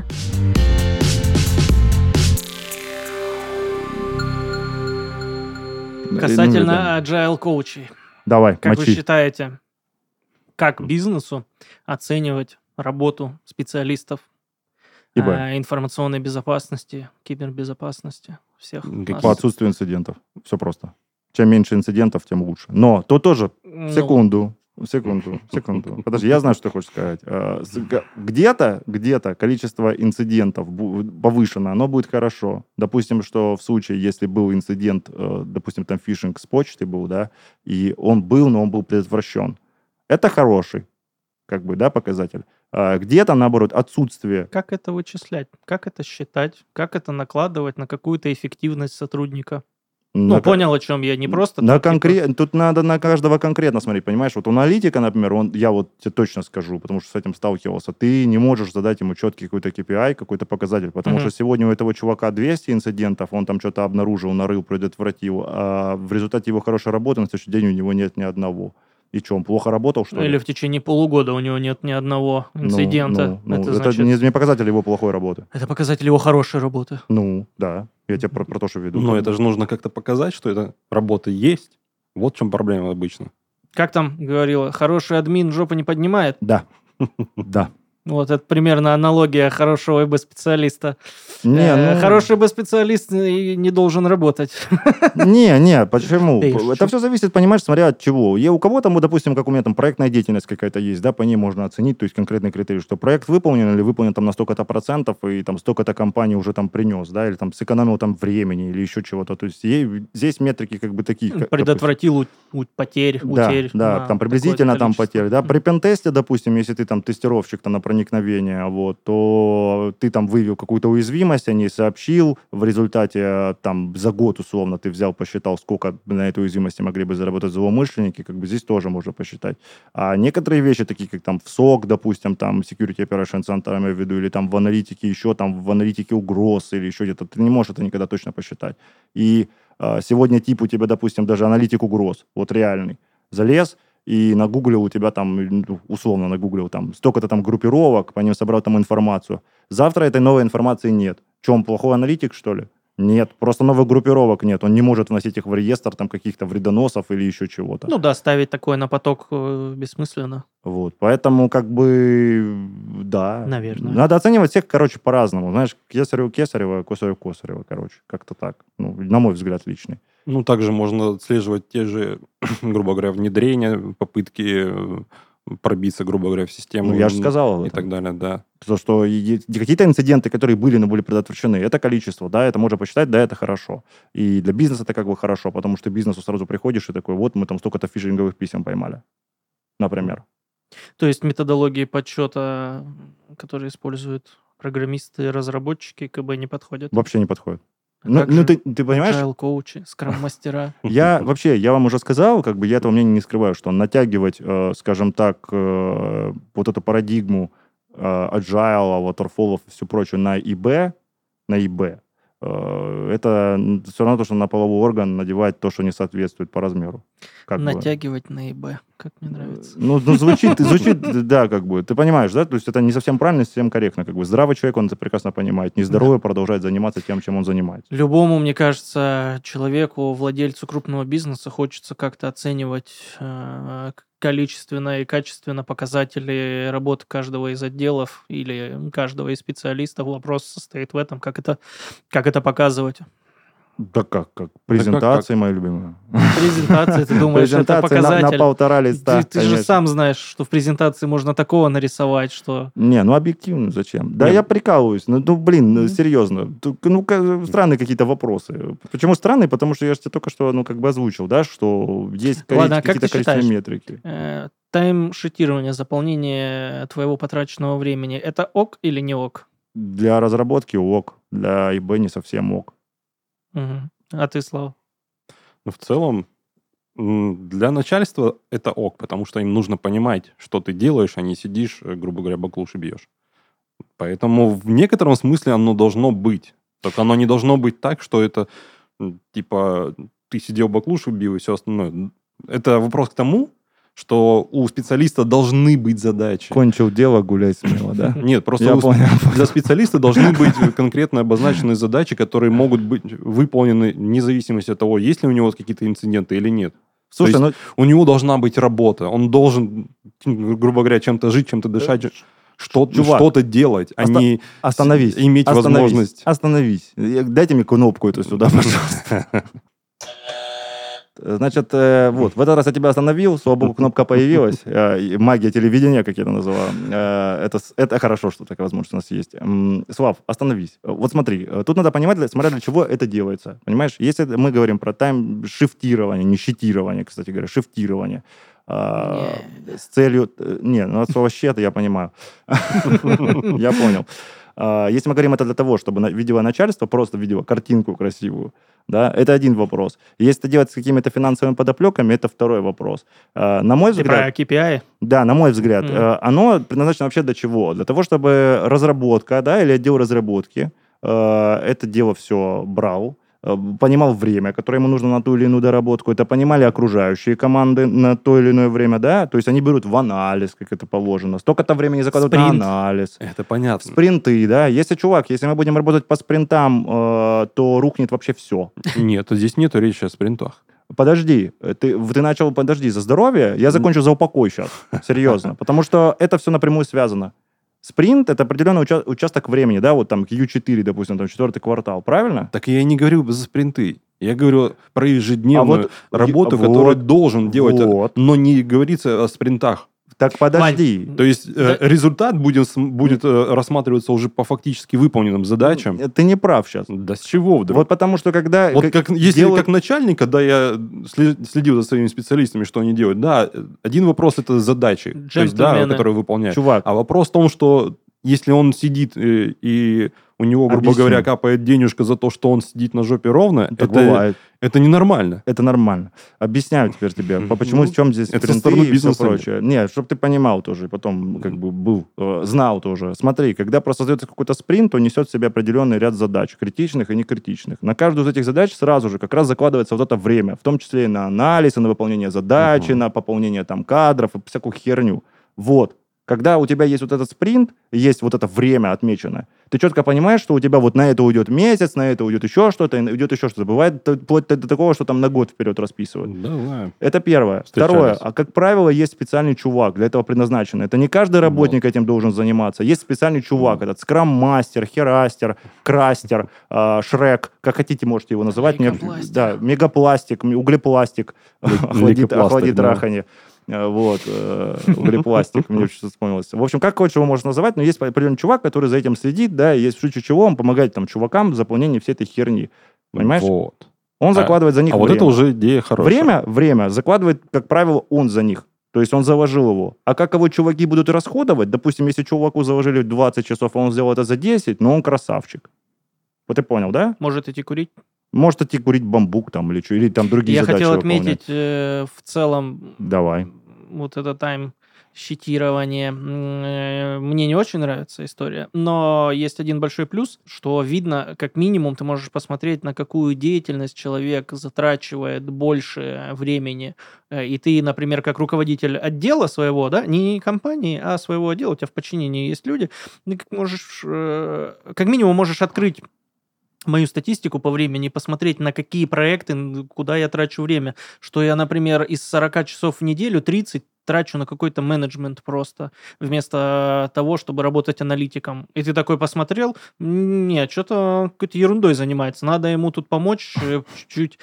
[SPEAKER 2] Касательно agile коучей.
[SPEAKER 1] Давай,
[SPEAKER 2] Как
[SPEAKER 1] мочи.
[SPEAKER 2] вы считаете, как бизнесу оценивать работу специалистов
[SPEAKER 1] ИБ.
[SPEAKER 2] информационной безопасности, кибербезопасности всех нас?
[SPEAKER 1] По отсутствию инцидентов. Все просто. Чем меньше инцидентов, тем лучше. Но тут тоже,
[SPEAKER 2] Ну,
[SPEAKER 1] секунду. Подожди, я знаю, что ты хочешь сказать. Где-то количество инцидентов повышено, оно будет хорошо. Допустим, что в случае, если был инцидент, допустим, там фишинг с почты был, да, и он был, но он был предотвращен. Это хороший, показатель. Где-то, наоборот, отсутствие.
[SPEAKER 2] Как это вычислять? Как это считать? Как это накладывать на какую-то эффективность сотрудника? Понял, о чем я. Не просто...
[SPEAKER 1] Тут надо на каждого конкретно смотреть, понимаешь? Вот у аналитика, например, я вот тебе точно скажу, потому что с этим сталкивался, ты не можешь задать ему четкий какой-то KPI, какой-то показатель, потому что сегодня у этого чувака 200 инцидентов, он там что-то обнаружил, нарыл, предотвратил, а в результате его хорошей работы на следующий день у него нет ни одного. И что, он плохо работал, что ли?
[SPEAKER 2] Или в течение полугода у него нет ни одного инцидента.
[SPEAKER 1] Это
[SPEAKER 2] значит,
[SPEAKER 1] не показатель его плохой работы.
[SPEAKER 2] это показатель его хорошей работы.
[SPEAKER 1] Да. Я тебе про то, что веду.
[SPEAKER 3] Но это же нужно как-то показать, что эта работа есть. Вот в чем проблема обычно.
[SPEAKER 2] Как там говорила, хороший админ жопу не поднимает?
[SPEAKER 1] Да. Да.
[SPEAKER 2] Вот это примерно аналогия хорошего ИБ-специалиста.
[SPEAKER 1] Не,
[SPEAKER 2] Хороший ИБ-специалист не должен работать.
[SPEAKER 1] Не, почему?
[SPEAKER 2] Да и шучу.
[SPEAKER 1] Это все зависит, понимаешь, смотря от чего. У кого-то, допустим, как у меня там проектная деятельность какая-то есть, да, по ней можно оценить, то есть конкретный критерий, что проект выполнен или выполнен там на столько-то процентов, и там столько-то компаний уже там принес, да, или там сэкономил там времени, или еще чего-то. То есть здесь метрики как бы такие.
[SPEAKER 2] Предотвратил потерь, утерь.
[SPEAKER 1] Да, там приблизительно там потери. Да, при пентесте, допустим, если ты там тестировщик, там, например, проникновения, вот, то ты там вывел какую-то уязвимость, о ней сообщил, в результате там за год условно ты взял, посчитал, сколько на этой уязвимости могли бы заработать злоумышленники, как бы здесь тоже можно посчитать. А некоторые вещи, такие как там в SOC, допустим, там Security Operations Center, я имею в виду, или там в аналитике еще, там в аналитике угроз или еще где-то, ты не можешь это никогда точно посчитать. И сегодня тип у тебя, допустим, даже аналитик угроз, вот реальный, залез и нагуглил у тебя там, условно нагуглил там столько-то там группировок, по ним собрал там информацию. Завтра этой новой информации нет. Че, он плохой аналитик, что ли? Нет, просто новых группировок нет. Он не может вносить их в реестр там каких-то вредоносов или еще чего-то.
[SPEAKER 2] Ну да, ставить такое на поток бессмысленно.
[SPEAKER 1] Вот, поэтому как бы, да.
[SPEAKER 2] Наверное.
[SPEAKER 1] Надо оценивать всех, короче, по-разному. Знаешь, Кесареву Кесарева, Косареву Косарева, короче, как-то так. Ну, на мой взгляд, личный.
[SPEAKER 3] Ну, также можно отслеживать те же, грубо говоря, внедрения, попытки пробиться, грубо говоря, в систему.
[SPEAKER 1] Ну, я же сказал об
[SPEAKER 3] и
[SPEAKER 1] этом.
[SPEAKER 3] так далее, да.
[SPEAKER 1] То, что какие-то инциденты, которые были, но были предотвращены, это количество, да, это можно посчитать, да, это хорошо. И для бизнеса это как бы хорошо, потому что бизнесу сразу приходишь и такой, вот мы там столько-то фишинговых писем поймали, например.
[SPEAKER 2] То есть методологии подсчета, которые используют программисты, разработчики, КБ не подходят?
[SPEAKER 1] Вообще не подходит.
[SPEAKER 2] А
[SPEAKER 1] Ну,
[SPEAKER 2] как же
[SPEAKER 1] ты понимаешь?
[SPEAKER 2] Agile-коучи, скрам-мастера.
[SPEAKER 1] Я вам уже сказал, как бы я этого мнения не скрываю, что натягивать, скажем так, вот эту парадигму agile, waterfall и все прочее на ИБ, это все равно то, что на половой орган надевать то, что не соответствует по размеру. Как бы.
[SPEAKER 2] Натягивать на ИБ, как мне нравится.
[SPEAKER 1] Ну, звучит, да, как бы, ты понимаешь, да, то есть это не совсем правильно, не совсем корректно, как бы, здравый человек, он это прекрасно понимает, нездоровый продолжает заниматься тем, чем он занимается.
[SPEAKER 2] Любому, мне кажется, человеку, владельцу крупного бизнеса хочется как-то оценивать количественно и качественно показатели работы каждого из отделов или каждого из специалистов. Вопрос состоит в этом, как это показывать.
[SPEAKER 1] Да как? Презентации мои любимые.
[SPEAKER 2] Презентации, ты думаешь, это показатель?
[SPEAKER 1] на полтора листа.
[SPEAKER 2] Ты же сам знаешь, что в презентации можно такого нарисовать, что...
[SPEAKER 1] Не, ну объективно зачем? Да, я прикалываюсь. Ну, блин, серьезно. Ну, странные какие-то вопросы. Почему странные? Потому что я же тебе только что, как бы озвучил, да, что есть какие-то количественные метрики.
[SPEAKER 2] Тайм-шитирование, заполнение твоего потраченного времени, это ок или не ок?
[SPEAKER 1] Для разработки ок, для ИБ не совсем ок.
[SPEAKER 2] Угу. А ты, Слава?
[SPEAKER 3] Ну, в целом, для начальства это ок, потому что им нужно понимать, что ты делаешь, а не сидишь, грубо говоря, баклуши бьешь. Поэтому в некотором смысле оно должно быть. Только оно не должно быть так, что это, типа, ты сидел баклуши бил и все остальное. Это вопрос к тому, что у специалиста должны быть задачи.
[SPEAKER 1] Кончил дело, гуляй смело, да?
[SPEAKER 3] Нет, просто для специалиста должны быть конкретно обозначенные задачи, которые могут быть выполнены вне зависимости от того, есть ли у него какие-то инциденты или нет. Слушай, у него должна быть работа. Он должен, грубо говоря, чем-то жить, чем-то дышать, что-то делать, а не иметь возможность...
[SPEAKER 1] Остановись. Дайте мне кнопку эту сюда, пожалуйста. Значит, вот, в этот раз я тебя остановил, слава богу, кнопка появилась, магия телевидения, как я это называю. Это хорошо, что такая возможность у нас есть. Слав, остановись. Вот смотри, тут надо понимать, смотря для чего это делается. Понимаешь, если мы говорим про тайм-шифтирование, не щитирование, кстати говоря, шифтирование, с целью... Не, ну от слова «щет» я понимаю. Я понял. Если мы говорим это для того, чтобы видело начальство, просто видело картинку красивую, да, это один вопрос. Если это делать с какими-то финансовыми подоплеками, это второй вопрос. На мой взгляд...
[SPEAKER 2] Типа KPI?
[SPEAKER 1] Да, на мой взгляд. Оно предназначено вообще для чего? Для того, чтобы разработка, да, или отдел разработки это дело все брал, понимал время, которое ему нужно на ту или иную доработку, это понимали окружающие команды на то или иное время, да, то есть они берут в анализ, как это положено, столько-то времени закладывают на анализ.
[SPEAKER 3] Это понятно.
[SPEAKER 1] Спринты, да, если мы будем работать по спринтам, то рухнет вообще все.
[SPEAKER 3] Нет, здесь нету речи о спринтах.
[SPEAKER 1] Подожди, ты начал, за здоровье, я закончу за упокой сейчас, серьезно, потому что это все напрямую связано. Спринт — это определенный участок времени, да, вот там Q4, допустим, там 4-й квартал, правильно?
[SPEAKER 3] Так я не говорю за спринты. Я говорю про ежедневную работу, которую должен делать, но не говорится о спринтах.
[SPEAKER 1] Так подожди.
[SPEAKER 3] То есть результат будет рассматриваться уже по фактически выполненным задачам.
[SPEAKER 1] Ты не прав сейчас.
[SPEAKER 3] Да с чего вдруг?
[SPEAKER 1] Вот потому что когда...
[SPEAKER 3] Вот если как начальник, когда я следил за своими специалистами, что они делают, да, один вопрос это задачи, то есть, да, которые выполняют.
[SPEAKER 1] Чувак.
[SPEAKER 3] А вопрос в том, что если он сидит и у него, грубо говоря, капает денежка за то, что он сидит на жопе ровно, это ненормально.
[SPEAKER 1] Это нормально. Объясняю теперь тебе, почему, в чем здесь
[SPEAKER 3] это со стороны бизнеса.
[SPEAKER 1] Прочее. Нет, чтобы ты понимал тоже, потом как бы знал тоже. Смотри, когда просто создается какой-то спринт, то несет в себе определенный ряд задач, критичных и некритичных. На каждую из этих задач сразу же как раз закладывается вот это время, в том числе и на анализ, и на выполнение задачи, на пополнение там кадров и всякую херню. Вот. Когда у тебя есть вот этот спринт, есть вот это время отмеченное, ты четко понимаешь, что у тебя вот на это уйдет месяц, на это уйдет еще что-то, уйдет еще что-то. Бывает вплоть до такого, что там на год вперед расписывают.
[SPEAKER 3] Да.
[SPEAKER 1] Это первое. Второе. А как правило, есть специальный чувак для этого предназначенный. Это не каждый работник этим должен заниматься. Есть специальный чувак, этот скрам-мастер, херастер, крастер, шрек, как хотите можете его называть. Мегапластик, углепластик, охладит траханье. Вот, углепластик, мне что-то вспомнилось. В общем, как хочешь его можно называть, но есть определенный чувак, который за этим следит, да, и есть в случае чего он помогает там чувакам в заполнении всей этой херни. Понимаешь?
[SPEAKER 3] Вот.
[SPEAKER 1] Он закладывает за них время.
[SPEAKER 3] Вот это уже идея хорошая.
[SPEAKER 1] Время закладывает, как правило, он за них. То есть он заложил его. А как его чуваки будут расходовать? Допустим, если чуваку заложили 20 часов, а он сделал это за 10, но он красавчик. Вот ты понял, да?
[SPEAKER 2] Может идти курить?
[SPEAKER 1] Может идти курить бамбук там или что, или там другие задачи
[SPEAKER 2] Я хотел
[SPEAKER 1] выполнять.
[SPEAKER 2] отметить в целом вот это тайм-щитирование. Мне не очень нравится история, но есть один большой плюс, что видно, как минимум ты можешь посмотреть, на какую деятельность человек затрачивает больше времени. И ты, например, как руководитель отдела своего, да, не компании, а своего отдела, у тебя в подчинении есть люди, ты как минимум можешь открыть мою статистику по времени, посмотреть, на какие проекты, куда я трачу время. Что я, например, из 40 часов в неделю 30 трачу на какой-то менеджмент просто, вместо того, чтобы работать аналитиком. И ты такой посмотрел, нет, что-то какой-то ерундой занимается, надо ему тут помочь, чуть-чуть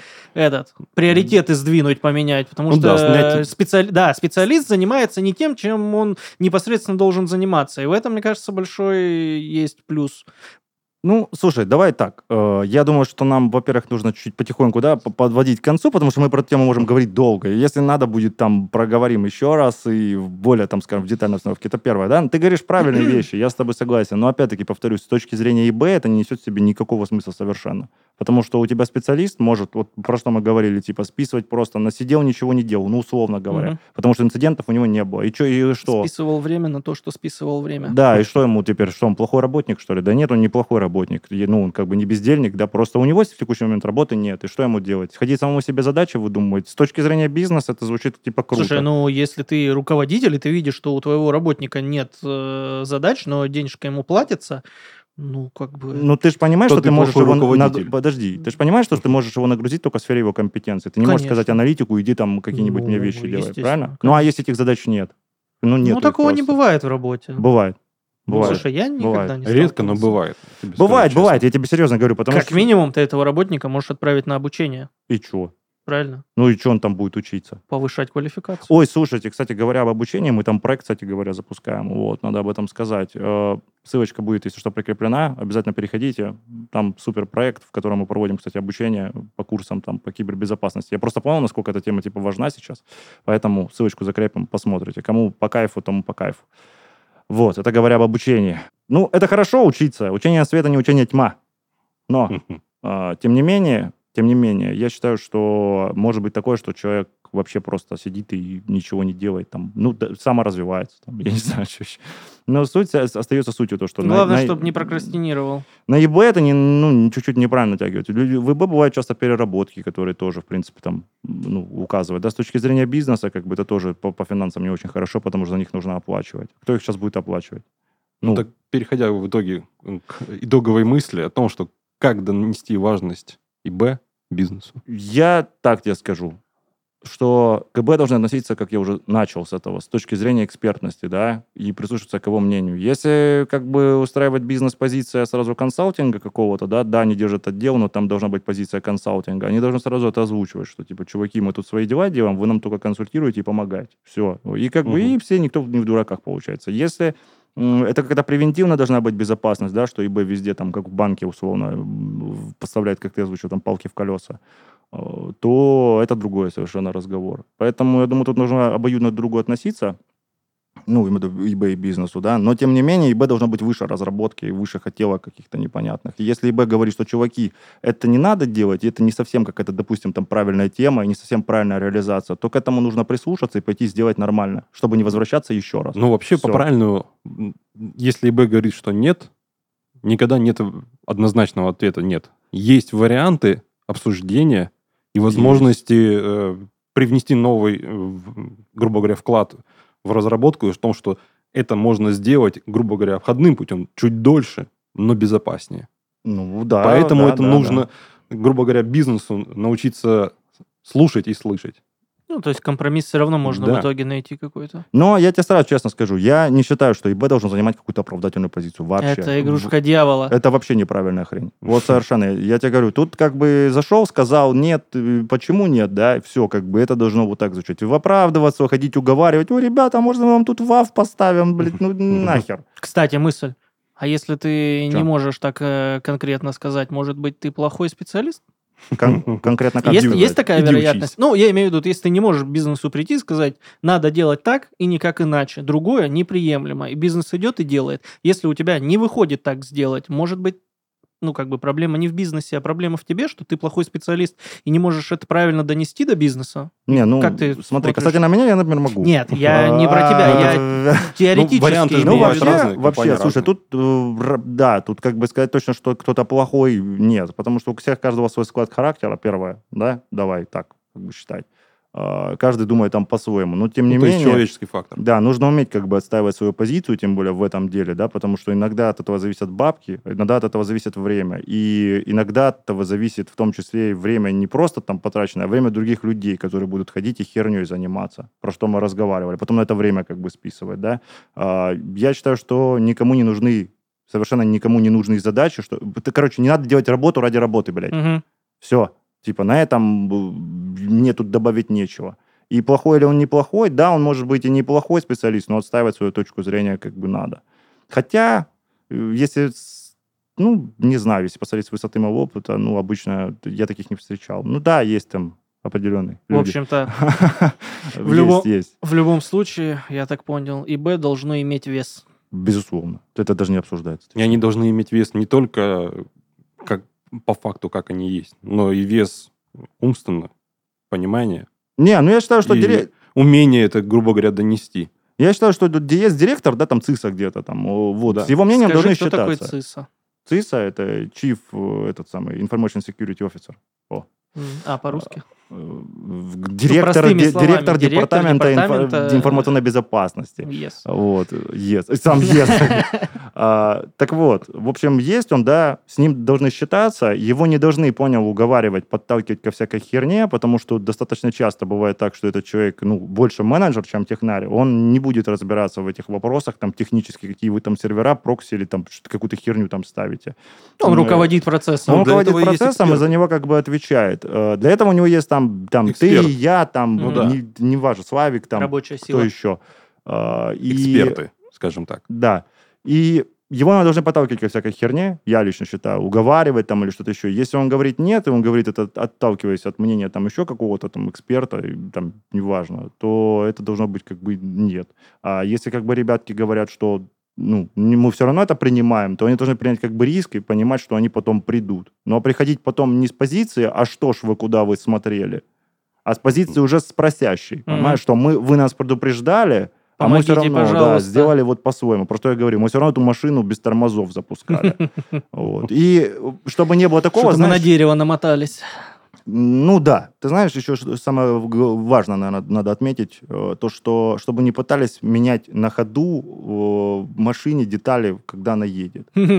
[SPEAKER 2] приоритеты сдвинуть, поменять, потому что специалист занимается не тем, чем он непосредственно должен заниматься. И в этом, мне кажется, большой есть плюс.
[SPEAKER 1] Ну, слушай, давай так. Я думаю, что нам, во-первых, нужно чуть-чуть потихоньку, да, подводить к концу, потому что мы про эту тему можем говорить долго. И если надо будет, там, проговорим еще раз и в более, там, скажем, в детальной обстановке. Это первое, да? Ты говоришь правильные вещи, я с тобой согласен. Но, опять-таки, повторюсь, с точки зрения ИБ это не несет в себе никакого смысла совершенно. Потому что у тебя специалист может, вот про что мы говорили, типа, списывать просто на сидел, ничего не делал, ну, условно говоря. Потому что инцидентов у него не было. И что?
[SPEAKER 2] Списывал время на то, что списывал время.
[SPEAKER 1] Да, и что ему теперь? Что, он плохой работник, что ли? Да нет, он не плохой работник. Ну, он как бы не бездельник, да, просто у него в текущий момент работы нет. И что ему делать? Ходить самому себе задачи выдумывать? С точки зрения бизнеса это звучит типа круто.
[SPEAKER 2] Слушай, ну, если ты руководитель, и ты видишь, что у твоего работника нет задач, но денежка ему платится, ну, как бы...
[SPEAKER 1] Ну, ты же понимаешь, что ты можешь его... Подожди. Ты же понимаешь, что ты можешь его нагрузить только в сфере его компетенции. Ты не можешь сказать аналитику, иди там какие-нибудь мне вещи делай, правильно? Конечно. Ну, а если этих задач нет? Ну, нет.
[SPEAKER 2] Ну, такого не бывает в работе.
[SPEAKER 1] Бывает.
[SPEAKER 2] Слушай, я никогда не
[SPEAKER 3] редко, но бывает.
[SPEAKER 1] Бывает, я тебе серьезно говорю, потому
[SPEAKER 2] что... Как минимум ты этого работника можешь отправить на обучение.
[SPEAKER 1] И чё?
[SPEAKER 2] Правильно?
[SPEAKER 1] Ну и что он там будет учиться?
[SPEAKER 2] Повышать квалификацию.
[SPEAKER 1] Ой, слушайте, кстати говоря, об обучении, мы там проект, кстати говоря, запускаем. Вот, надо об этом сказать. Ссылочка будет, если что, прикреплена. Обязательно переходите. Там супер проект, в котором мы проводим, кстати, обучение по курсам там, по кибербезопасности. Я просто понял, насколько эта тема типа важна сейчас. Поэтому ссылочку закрепим, посмотрите. Кому по кайфу, тому по кайфу. Вот, это говоря об обучении. Ну, это хорошо учиться. Учение света, не учение тьма. Но, тем не менее, я считаю, что может быть такое, что человек вообще просто сидит и ничего не делает, там, ну, саморазвивается, там, я не знаю, что еще. Но суть остается сутью то, что...
[SPEAKER 2] Главное, чтобы не прокрастинировал.
[SPEAKER 1] На ИБ это чуть-чуть неправильно натягивать. В ИБ бывают часто переработки, которые тоже, в принципе, там, указывают. Да, с точки зрения бизнеса, как бы, это тоже по финансам не очень хорошо, потому что за них нужно оплачивать. Кто их сейчас будет оплачивать?
[SPEAKER 3] Ну, так переходя в итоге к итоговой мысли о том, что как донести важность ИБ бизнесу.
[SPEAKER 1] Я так тебе скажу. что КБ должны относиться, как я уже начал с этого, с точки зрения экспертности, да, и прислушиваться к его мнению. Если как бы устраивать бизнес-позиция сразу консалтинга какого-то, да, они держат отдел, но там должна быть позиция консалтинга, они должны сразу это озвучивать, что типа, чуваки, мы тут свои дела делаем, вы нам только консультируете и помогаете. Все. И как бы и все, никто не в дураках получается. Если это когда превентивно должна быть безопасность, да, что ИБ везде, там, как в банке, условно, поставляет, как ты озвучил, там, палки в колеса, то это другой совершенно разговор. Поэтому, я думаю, тут нужно обоюдно друг к другу относиться, ну, ИБ и бизнесу, да, но, тем не менее, ИБ должно быть выше разработки, выше хотелок каких-то непонятных. И если ИБ говорит, что, чуваки, это не надо делать, и это не совсем какая-то, допустим, там, правильная тема, и не совсем правильная реализация, то к этому нужно прислушаться и пойти сделать нормально, чтобы не возвращаться еще раз.
[SPEAKER 3] Ну, вообще,
[SPEAKER 1] Всё.
[SPEAKER 3] по-правильному, если ИБ говорит, что нет, никогда нет однозначного ответа «нет». Есть варианты обсуждения и возможности привнести новый, грубо говоря, вклад в разработку, и в том, что это можно сделать, грубо говоря, обходным путем, чуть дольше, но безопаснее.
[SPEAKER 1] Ну, да.
[SPEAKER 3] Поэтому
[SPEAKER 1] да,
[SPEAKER 3] это
[SPEAKER 1] да,
[SPEAKER 3] нужно, грубо говоря, бизнесу научиться слушать и слышать.
[SPEAKER 2] Ну, то есть компромисс все равно можно
[SPEAKER 3] Да.
[SPEAKER 2] в итоге найти какой-то.
[SPEAKER 1] Но я тебе сразу честно скажу, я не считаю, что ИБ должен занимать какую-то оправдательную позицию вообще.
[SPEAKER 2] Это игрушка дьявола.
[SPEAKER 1] Это вообще неправильная хрень. Вот совершенно. Я тебе говорю, тут как бы зашел, сказал нет, почему нет, да, все, как бы это должно вот так звучать. Оправдываться, ходить уговаривать, о, ребята, можно мы вам тут ВАВ поставим, блин, ну нахер.
[SPEAKER 2] Кстати, мысль. А если ты
[SPEAKER 1] Чё?
[SPEAKER 2] не можешь так конкретно сказать, может быть, ты плохой специалист?
[SPEAKER 1] Конкретно как
[SPEAKER 2] Есть,
[SPEAKER 1] сказать?
[SPEAKER 2] есть такая
[SPEAKER 3] Иди
[SPEAKER 2] вероятность?
[SPEAKER 3] учись.
[SPEAKER 2] Ну, я имею в виду, если ты не можешь бизнесу прийти и сказать, надо делать так и никак иначе. Другое неприемлемо. И бизнес идет и делает. Если у тебя не выходит так сделать, может быть, ну, как бы проблема не в бизнесе, а проблема в тебе, что ты плохой специалист и не можешь это правильно донести до бизнеса?
[SPEAKER 1] Не, ну,
[SPEAKER 2] Как ты
[SPEAKER 1] смотри,
[SPEAKER 2] смотришь?
[SPEAKER 1] кстати, на меня я, например, могу.
[SPEAKER 2] Нет, я не про тебя, я теоретически
[SPEAKER 3] варианты же
[SPEAKER 2] имею в
[SPEAKER 3] бывают
[SPEAKER 2] виду.
[SPEAKER 3] разные, компании
[SPEAKER 1] вообще, слушай,
[SPEAKER 3] разные.
[SPEAKER 1] тут, да, тут как бы сказать точно, что кто-то плохой, нет, потому что у всех каждого свой склад характера, первое, да, давай так, как бы считать. Каждый думает там по-своему, но тем не
[SPEAKER 3] То есть
[SPEAKER 1] менее...
[SPEAKER 3] человеческий фактор.
[SPEAKER 1] Да, нужно уметь как бы отстаивать свою позицию, тем более в этом деле, да, потому что иногда от этого зависят бабки, иногда от этого зависит время, и иногда от этого зависит в том числе и время не просто там потраченное, а время других людей, которые будут ходить и херней заниматься, про что мы разговаривали, потом на это время как бы списывать, да. Я считаю, что никому не нужны, совершенно никому не нужны задачи, что, короче, не надо делать работу ради работы, блядь.
[SPEAKER 2] Мгм.
[SPEAKER 1] Все. Типа на этом мне тут добавить нечего. И плохой ли он неплохой, да, он может быть и неплохой специалист, но отстаивать свою точку зрения как бы надо. Хотя, если, ну, не знаю, если посмотреть с высоты моего опыта, ну, обычно я таких не встречал. Ну да, есть там определенные
[SPEAKER 2] В
[SPEAKER 1] люди.
[SPEAKER 2] общем-то,
[SPEAKER 1] Есть.
[SPEAKER 2] в любом случае, я так понял, ИБ должно иметь вес.
[SPEAKER 1] Безусловно. Это даже не обсуждается.
[SPEAKER 3] И они должны иметь вес не только как по факту, как они есть, но и вес умственно, понимание,
[SPEAKER 1] Не, ну я считаю, что
[SPEAKER 3] и умение это, грубо говоря, донести.
[SPEAKER 1] я считаю, что есть директор, да, там ЦИСа где-то там, вот,
[SPEAKER 3] Да.
[SPEAKER 1] с его мнением
[SPEAKER 2] Скажи,
[SPEAKER 1] должны
[SPEAKER 2] кто такой
[SPEAKER 1] считаться.
[SPEAKER 2] ЦИСа?
[SPEAKER 1] ЦИСа — это Chief, этот самый, Information Security Officer.
[SPEAKER 2] А, по-русски?
[SPEAKER 1] Директор,
[SPEAKER 2] простыми словами,
[SPEAKER 1] директор департамента
[SPEAKER 2] департамента,
[SPEAKER 1] информационной безопасности.
[SPEAKER 2] Yes.
[SPEAKER 1] Вот, сам Так вот, в общем, есть он, да, с ним должны считаться, его не должны, понял, уговаривать, подталкивать ко всякой херне, потому что достаточно часто бывает так, что этот человек, ну, больше менеджер, чем технарь, он не будет разбираться в этих вопросах, там, технически, какие вы там сервера, прокси или там какую-то херню там ставите.
[SPEAKER 2] Он руководит процессом.
[SPEAKER 1] Он
[SPEAKER 3] для
[SPEAKER 1] руководит
[SPEAKER 3] этого есть
[SPEAKER 1] процессом и
[SPEAKER 3] эксперты.
[SPEAKER 1] за него как бы отвечает. Для этого у него есть там ты,
[SPEAKER 3] Эксперт.
[SPEAKER 1] я, там,
[SPEAKER 2] Ну
[SPEAKER 3] да.
[SPEAKER 1] не важно, Славик, там,
[SPEAKER 2] Рабочая
[SPEAKER 1] кто
[SPEAKER 2] сила.
[SPEAKER 1] еще.
[SPEAKER 3] Эксперты, скажем так.
[SPEAKER 1] Да. И его должны подталкивать ко всякой херне, я лично считаю, уговаривать там или что-то еще. Если он говорит нет, и он говорит это, отталкиваясь от мнения там еще какого-то там эксперта, и, там, неважно, то это должно быть как бы нет. А если как бы ребятки говорят, что ну, мы все равно это принимаем, то они должны принять как бы риск и понимать, что они потом придут. Но приходить потом не с позиции, а что ж вы, куда вы смотрели, а с позиции уже с просящей. Понимаешь, что вы нас предупреждали, а мы все
[SPEAKER 2] Помогите,
[SPEAKER 1] равно
[SPEAKER 2] пожалуйста.
[SPEAKER 1] сделали вот по-своему. Просто я говорю, мы все равно эту машину без тормозов запускали. Вот. И чтобы не было такого,
[SPEAKER 2] Что-то мы на
[SPEAKER 1] знаешь,
[SPEAKER 2] дерево намотались.
[SPEAKER 1] ну да, ты знаешь, еще самое важное, наверное, надо отметить, то, что чтобы не пытались менять на ходу в машине детали, когда она едет.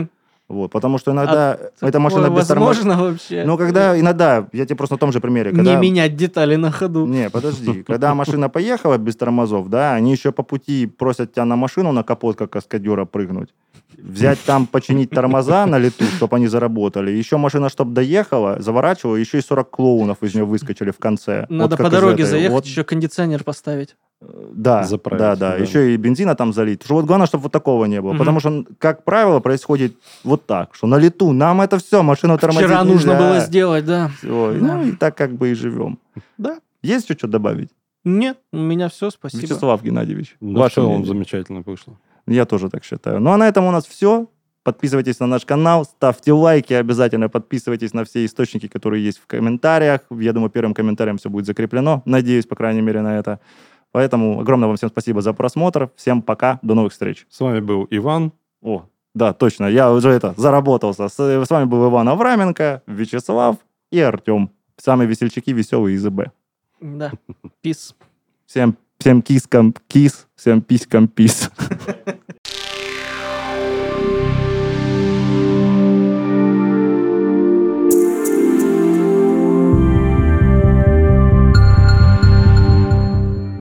[SPEAKER 1] Вот, потому что иногда эта
[SPEAKER 2] Такое
[SPEAKER 1] машина без тормозов...
[SPEAKER 2] возможно вообще?
[SPEAKER 1] Ну, когда иногда, я тебе просто на том же примере,
[SPEAKER 2] Не
[SPEAKER 1] когда...
[SPEAKER 2] менять детали на ходу.
[SPEAKER 1] Не, подожди. Когда машина поехала без тормозов, да, они еще по пути просят тебя на машину, на капот, как каскадера, прыгнуть. Взять там, починить тормоза на лету, чтобы они заработали. Еще машина, чтобы доехала, заворачивала, еще и 40 клоунов из нее выскочили в конце.
[SPEAKER 2] Надо
[SPEAKER 1] Вот как
[SPEAKER 2] по
[SPEAKER 1] из
[SPEAKER 2] дороге
[SPEAKER 1] этой.
[SPEAKER 2] заехать,
[SPEAKER 1] Вот,
[SPEAKER 2] еще кондиционер поставить.
[SPEAKER 1] да,
[SPEAKER 3] Заправить,
[SPEAKER 1] да.
[SPEAKER 3] да.
[SPEAKER 1] Еще и бензина там залить. Потому что вот главное, чтобы вот такого не было.
[SPEAKER 2] Мгм.
[SPEAKER 1] Потому что, как правило, происходит вот так, что на лету нам это все, машину тормозить
[SPEAKER 2] Вчера нужно
[SPEAKER 1] нельзя.
[SPEAKER 2] было сделать, да.
[SPEAKER 1] Всё,
[SPEAKER 2] Да.
[SPEAKER 1] Ну, и так как бы и живем.
[SPEAKER 2] Да.
[SPEAKER 1] Есть что добавить?
[SPEAKER 2] Нет, у меня все, спасибо.
[SPEAKER 1] Вячеслав Геннадьевич,
[SPEAKER 3] Да, в
[SPEAKER 1] ваше
[SPEAKER 3] целом
[SPEAKER 1] мнение?
[SPEAKER 3] замечательно вышло.
[SPEAKER 1] Я тоже так считаю. Ну, а на этом у нас все. Подписывайтесь на наш канал, ставьте лайки, обязательно подписывайтесь на все источники, которые есть в комментариях. Я думаю, первым комментарием все будет закреплено. Надеюсь, по крайней мере, на это. Поэтому огромное вам всем спасибо за просмотр. Всем пока, до новых встреч.
[SPEAKER 3] С вами был Иван.
[SPEAKER 1] О, да, точно, я уже заработался. С вами был Иван Авраменко, Вячеслав и Артем. Самые весельчаки, веселые из ИБ.
[SPEAKER 2] Да, пис.
[SPEAKER 1] Всем кискам кис, всем писькам пис.